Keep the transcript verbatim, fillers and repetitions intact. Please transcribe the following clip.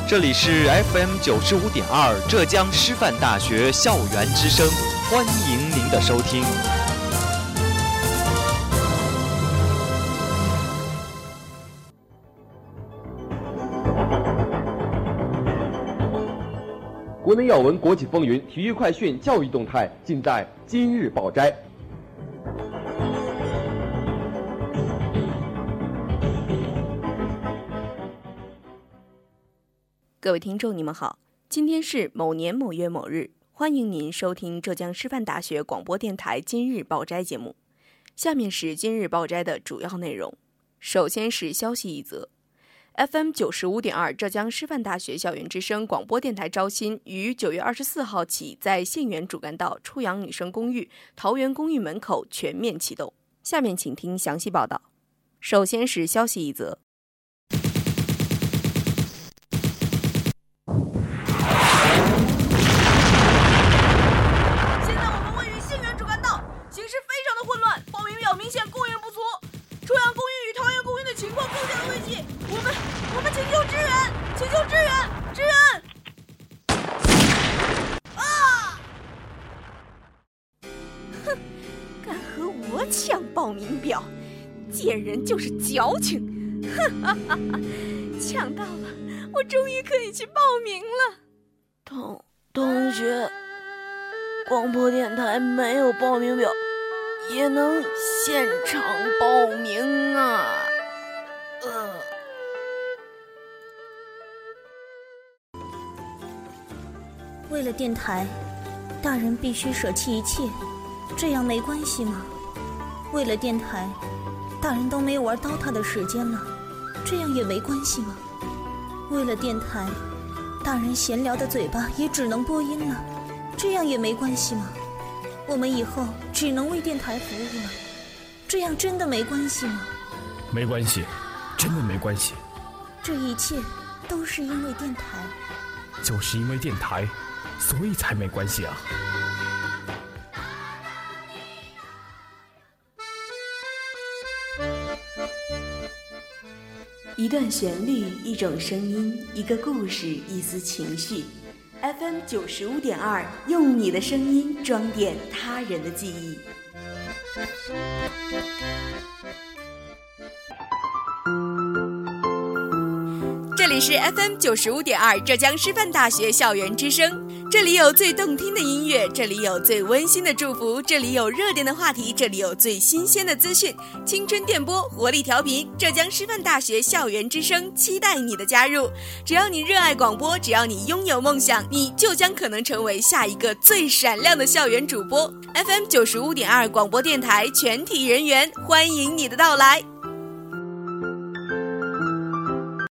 这里是 F M 九十五点二浙江师范大学校园之声，欢迎您的收听。 国内要闻、国际风云、体育快讯、教育动态，尽在今日报摘。 各位听众，你们好，今天是某年某月某日，欢迎您收听浙江师范大学广播电台今日报摘节目。下面是今日报摘的主要内容。首先是消息一则。F M 九十五点二浙江师范大学校园之声广播电台招新于九月二十四号起，在县园主干道初阳女生公寓、桃园公寓门口全面启动。下面请听详细报道。首先是消息一则。 现在我们位于县园主干道，形势非常的混乱，报名表明显供应不足。初阳公寓与桃园公寓的情况更加的危急，我们我们请求支援，请求支援，支援！啊！ 哼，敢和我抢报名表，见人就是矫情！哈哈哈哈，抢到了，我终于可以去报名了。 同同学，广播电台没有报名表，也能现场报名啊！呃。 为了电台，大人必须舍弃一切，这样没关系吗？为了电台，大人都没玩D O T A的时间了，这样也没关系吗？为了电台，大人闲聊的嘴巴也只能播音了，这样也没关系吗？我们以后只能为电台服务了，这样真的没关系吗？ 没关系，真的没关系。 这一切都是因为电台。 就是因为电台，所以才没关系啊。 一段旋律，一种声音，一个故事，一丝情绪。F M 九十五点二，用你的声音装点他人的记忆。这里是 F M 九十五点二浙江师范大学校园之声，这里有最动听的音乐，这里有最温馨的祝福，这里有热点的话题，这里有最新鲜的资讯，青春电波，活力调频，浙江师范大学校园之声，期待你的加入。只要你热爱广播，只要你拥有梦想，你就将可能成为下一个最闪亮的校园主播。F M 九十五点二广播电台全体人员，欢迎你的到来。